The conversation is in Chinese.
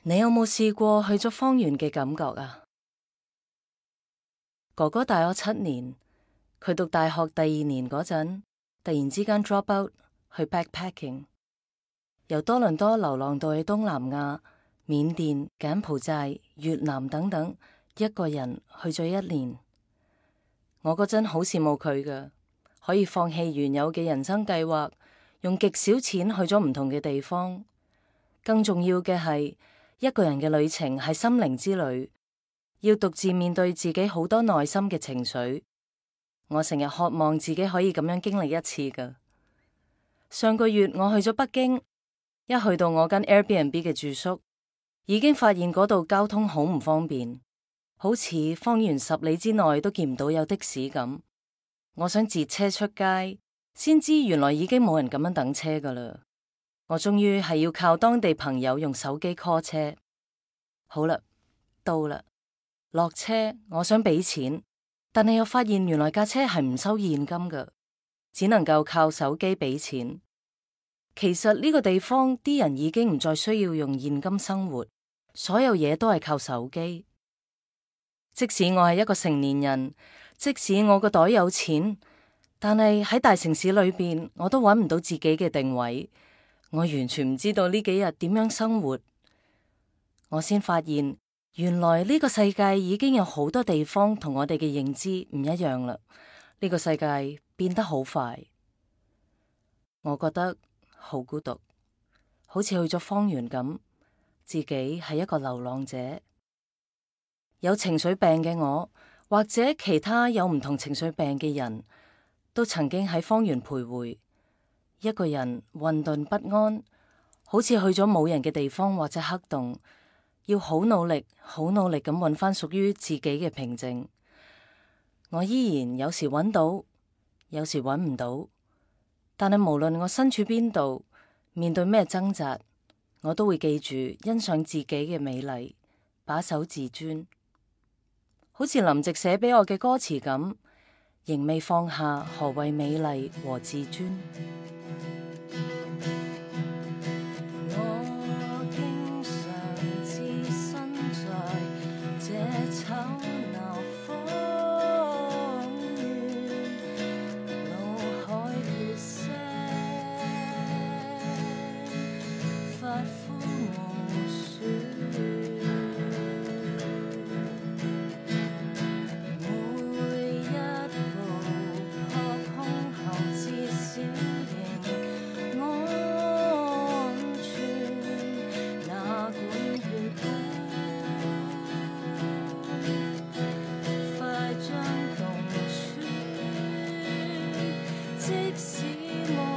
你有冇試過去咗荒原嘅感覺啊？哥哥大我7年，佢讀大學第2年嗰陣，突然之間 drop out 去 backpacking， 由多倫多流浪到去東南亞、緬甸、柬埔寨、越南等等，一個人去咗1年。我嗰陣好羨慕佢㗎，可以放棄原有嘅人生計劃，用極少錢去咗唔同嘅地方。更重要嘅係，一個人嘅旅程係心靈之旅，要獨自面對自己好多內心嘅情緒。我成日渴望自己可以咁樣經歷一次㗎。上個月我去咗北京，一去到我間 Airbnb 嘅住宿，已經發現嗰度交通好唔方便，好似方圓10里之內都見唔到有的士咁。我想截車出街，先知原來已經冇人咁樣等車㗎喇。我終於係要靠當地朋友用手機 call 車。好啦，到啦，落車，我想俾錢，但係又發現原來架車係唔收現金㗎，只能夠靠手機俾錢。其實呢個地方啲人已經唔再需要用現金生活，所有嘢都係靠手機。即使我係一個成年人，即使我個袋有錢，但係喺大城市裏邊，我都揾唔到自己嘅定位。我完全唔知道呢幾日點樣生活。我先發現，原來呢個世界已經有好多地方同我哋嘅認知唔一樣啦。呢個世界變得好快，我覺得好孤獨，好似去咗荒原咁，自己係一個流浪者。有情緒病嘅我，或者其他有唔同情緒病嘅人，都曾經喺荒原徘徊。一個人混沌不安，好似去咗冇人嘅地方或者黑洞，要好努力、好努力咁揾翻屬於自己嘅平靜。我依然有時揾到，有時揾唔到，但係無論我身處邊度，面對咩掙扎，我都會記住欣賞自己嘅美麗，把守自尊。好似林夕寫俾我嘅歌詞咁，仍未放下何謂美麗和自尊。 即使我